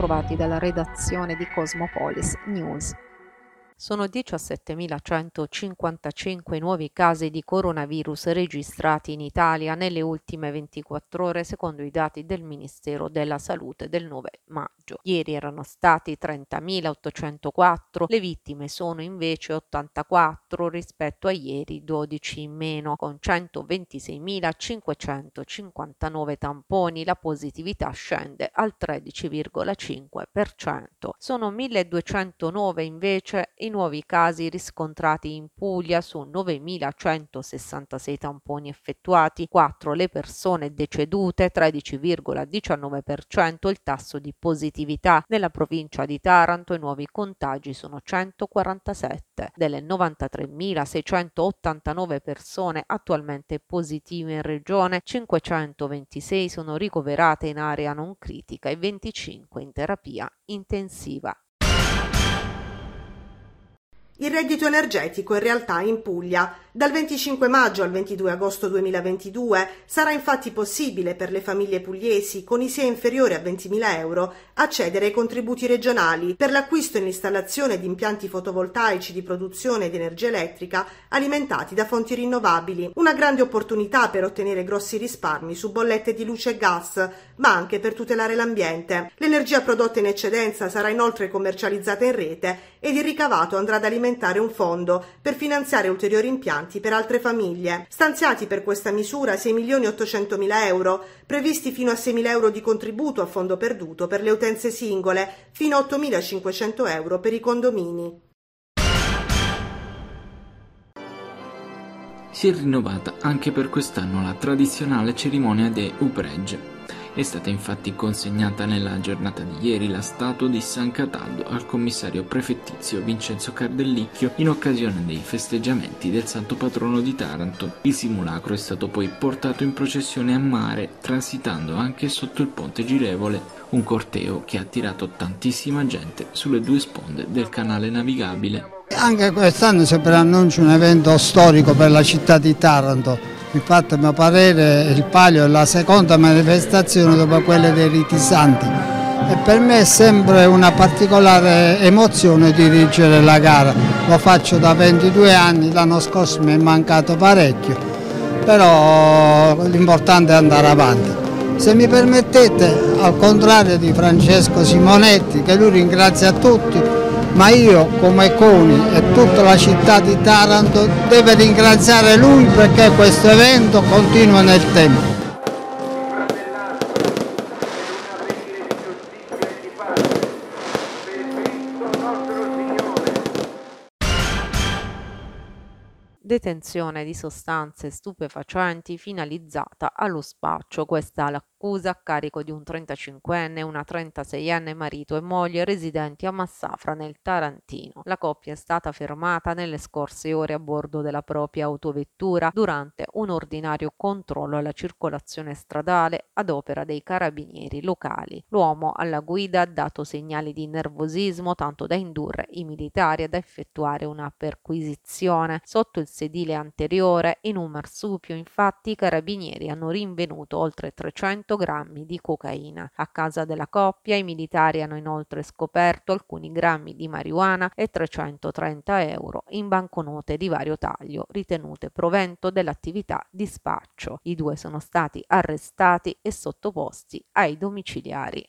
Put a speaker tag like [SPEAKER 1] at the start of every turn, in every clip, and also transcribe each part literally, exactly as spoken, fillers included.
[SPEAKER 1] trovati dalla redazione di Cosmopolis News. Sono diciassettemilacentocinquantacinque i nuovi casi di coronavirus registrati in Italia nelle ultime ventiquattro ore, secondo i dati del Ministero della Salute del nove maggio. Ieri erano stati trentamilaottocentoquattro, le vittime sono invece ottantaquattro rispetto a ieri dodici in meno, con centoventiseimilacinquecentocinquantanove tamponi. La positività scende al tredici virgola cinque per cento. Sono milleduecentonove invece i nuovi casi riscontrati in Puglia su novemilacentosessantasei tamponi effettuati, quattro le persone decedute, tredici virgola diciannove per cento il tasso di positività. Nella provincia di Taranto i nuovi contagi sono centoquarantasette. Delle novantatremilaseicentottantanove persone attualmente positive in regione, cinquecentoventisei sono ricoverate in area non critica e venticinque in terapia intensiva.
[SPEAKER 2] Il reddito energetico in realtà in Puglia. Dal venticinque maggio al ventidue agosto duemilaventidue sarà infatti possibile per le famiglie pugliesi con I S E E inferiori a ventimila euro accedere ai contributi regionali per l'acquisto e l'installazione di impianti fotovoltaici di produzione di energia elettrica alimentati da fonti rinnovabili. Una grande opportunità per ottenere grossi risparmi su bollette di luce e gas, ma anche per tutelare l'ambiente. L'energia prodotta in eccedenza sarà inoltre commercializzata in rete ed il ricavato andrà ad alimentare un fondo per finanziare ulteriori impianti per altre famiglie. Stanziati per questa misura sei milioni ottocentomila euro, previsti fino a seimila euro di contributo a fondo perduto per le utenze singole, fino a ottomilacinquecento euro per i condomini.
[SPEAKER 3] Si è rinnovata anche per quest'anno la tradizionale cerimonia de Upregge. È stata infatti consegnata nella giornata di ieri la statua di San Cataldo al commissario prefettizio Vincenzo Cardellicchio in occasione dei festeggiamenti del santo patrono di Taranto. Il simulacro è stato poi portato in processione a mare, transitando anche sotto il ponte girevole, un corteo che ha attirato tantissima gente sulle due sponde del canale navigabile.
[SPEAKER 4] Anche quest'anno si preannuncia un evento storico per la città di Taranto. Infatti, a mio parere, il Palio è la seconda manifestazione dopo quelle dei Riti Santi e per me è sempre una particolare emozione dirigere la gara. Lo faccio da ventidue anni, l'anno scorso mi è mancato parecchio, però l'importante è andare avanti. Se mi permettete, al contrario di Francesco Simonetti, che lui ringrazia tutti, ma io come Coni e tutta la città di Taranto deve ringraziare lui perché questo evento continua nel tempo.
[SPEAKER 1] Detenzione di sostanze stupefacenti finalizzata allo spaccio. Questa è l'accusa a carico di un trentacinquenne e una trentaseienne marito e moglie residenti a Massafra nel Tarantino. La coppia è stata fermata nelle scorse ore a bordo della propria autovettura durante un ordinario controllo alla circolazione stradale ad opera dei carabinieri locali. L'uomo alla guida ha dato segnali di nervosismo tanto da indurre i militari ad effettuare una perquisizione. Sotto il sedile anteriore, in un marsupio, infatti, i carabinieri hanno rinvenuto oltre trecento grammi di cocaina. A casa della coppia i militari hanno inoltre scoperto alcuni grammi di marijuana e trecentotrenta euro in banconote di vario taglio, ritenute provento dell'attività di spaccio. I due sono stati arrestati e sottoposti ai domiciliari.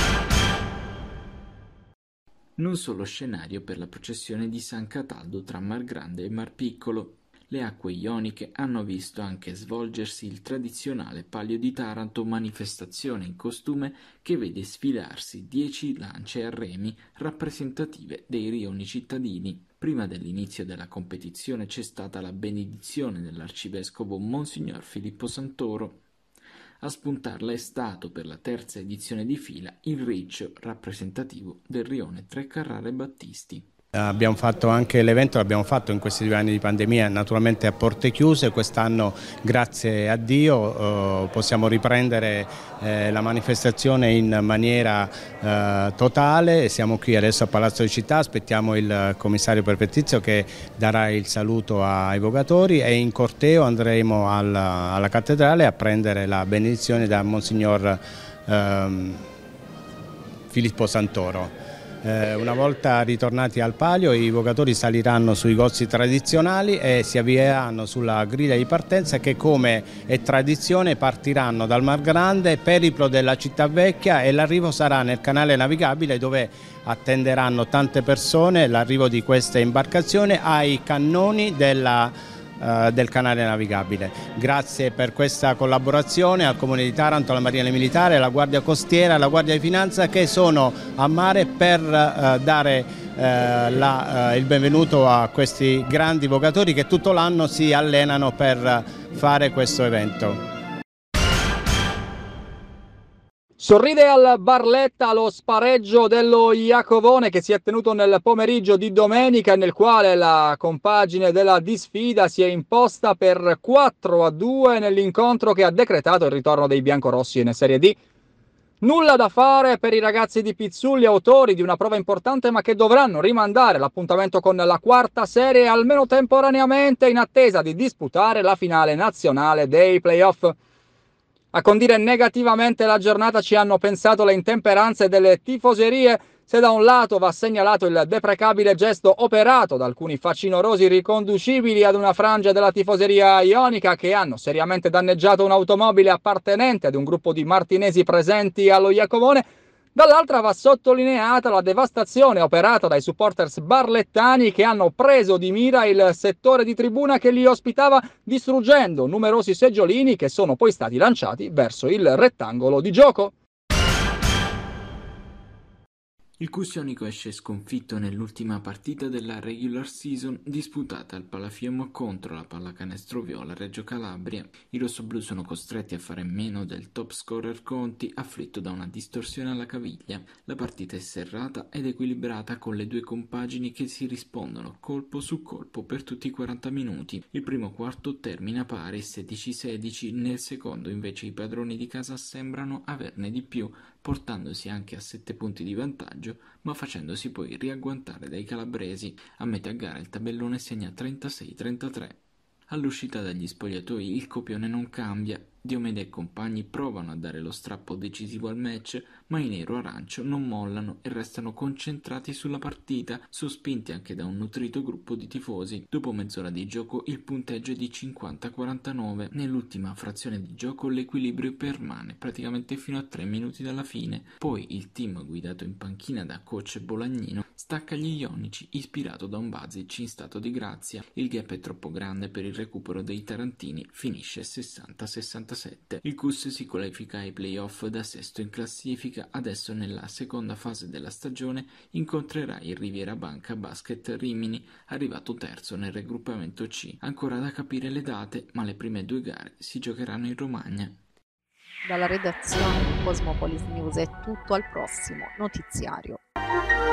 [SPEAKER 3] Non solo scenario per la processione di San Cataldo tra Mar Grande e Mar Piccolo. Le acque ioniche hanno visto anche svolgersi il tradizionale Palio di Taranto, manifestazione in costume che vede sfilarsi dieci lance a remi rappresentative dei rioni cittadini. Prima dell'inizio della competizione c'è stata la benedizione dell'arcivescovo Monsignor Filippo Santoro. A spuntarla è stato, per la terza edizione di fila, il riccio rappresentativo del rione Tre Carrare Battisti.
[SPEAKER 5] Abbiamo fatto anche l'evento, l'abbiamo fatto in questi due anni di pandemia, naturalmente a porte chiuse. Quest'anno, grazie a Dio, eh, possiamo riprendere eh, la manifestazione in maniera eh, totale. Siamo qui adesso a Palazzo di Città, aspettiamo il commissario prefettizio che darà il saluto ai vogatori e in corteo andremo alla, alla cattedrale a prendere la benedizione da Monsignor ehm, Filippo Santoro. Eh, una volta ritornati al palio, i vocatori saliranno sui gozzi tradizionali e si avvieranno sulla griglia di partenza che, come è tradizione, partiranno dal Mar Grande, periplo della città vecchia, e l'arrivo sarà nel canale navigabile, dove attenderanno tante persone l'arrivo di questa imbarcazione ai cannoni della del canale navigabile. Grazie per questa collaborazione al Comune di Taranto, alla Marina Militare, alla Guardia Costiera, alla Guardia di Finanza, che sono a mare per eh, dare eh, la, eh, il benvenuto a questi grandi vocatori che tutto l'anno si allenano per fare questo evento.
[SPEAKER 6] Sorride al Barletta lo spareggio dello Iacovone che si è tenuto nel pomeriggio di domenica, nel quale la compagine della disfida si è imposta per quattro a due nell'incontro che ha decretato il ritorno dei biancorossi in Serie D. Nulla da fare per i ragazzi di Pizzulli, autori di una prova importante, ma che dovranno rimandare l'appuntamento con la quarta serie almeno temporaneamente, in attesa di disputare la finale nazionale dei playoff. A condire negativamente la giornata ci hanno pensato le intemperanze delle tifoserie. Se da un lato va segnalato il deprecabile gesto operato da alcuni facinorosi riconducibili ad una frangia della tifoseria ionica che hanno seriamente danneggiato un'automobile appartenente ad un gruppo di martinesi presenti allo Iacovone, dall'altra va sottolineata la devastazione operata dai supporters barlettani che hanno preso di mira il settore di tribuna che li ospitava, distruggendo numerosi seggiolini che sono poi stati lanciati verso il rettangolo di gioco.
[SPEAKER 3] Il Cussionico esce sconfitto nell'ultima partita della regular season disputata al Palafiemo contro la Pallacanestro Viola Reggio Calabria. I rossoblù sono costretti a fare meno del top scorer Conti, afflitto da una distorsione alla caviglia. La partita è serrata ed equilibrata, con le due compagini che si rispondono colpo su colpo per tutti i quaranta minuti. Il primo quarto termina pari sedici sedici, nel secondo invece i padroni di casa sembrano averne di più, portandosi anche a sette punti di vantaggio, ma facendosi poi riagguantare dai calabresi. A metà gara il tabellone segna trentasei trentatré. All'uscita dagli spogliatoi il copione non cambia. Diomede e compagni provano a dare lo strappo decisivo al match, ma i nero-arancio non mollano e restano concentrati sulla partita, sospinti anche da un nutrito gruppo di tifosi. Dopo mezz'ora di gioco il punteggio è di cinquanta a quarantanove. Nell'ultima frazione di gioco l'equilibrio permane praticamente fino a tre minuti dalla fine. Poi il team, guidato in panchina da coach Bolagnino, stacca gli ionici, ispirato da un Bazic in stato di grazia. Il gap è troppo grande per il recupero dei tarantini, finisce sessanta a sessantasette. Il Cus si qualifica ai playoff da sesto in classifica. Adesso, nella seconda fase della stagione, incontrerà il Riviera Banca Basket Rimini, arrivato terzo nel raggruppamento C. Ancora da capire le date, ma le prime due gare si giocheranno in Romagna.
[SPEAKER 1] Dalla redazione di Cosmopolis News è tutto, al prossimo notiziario.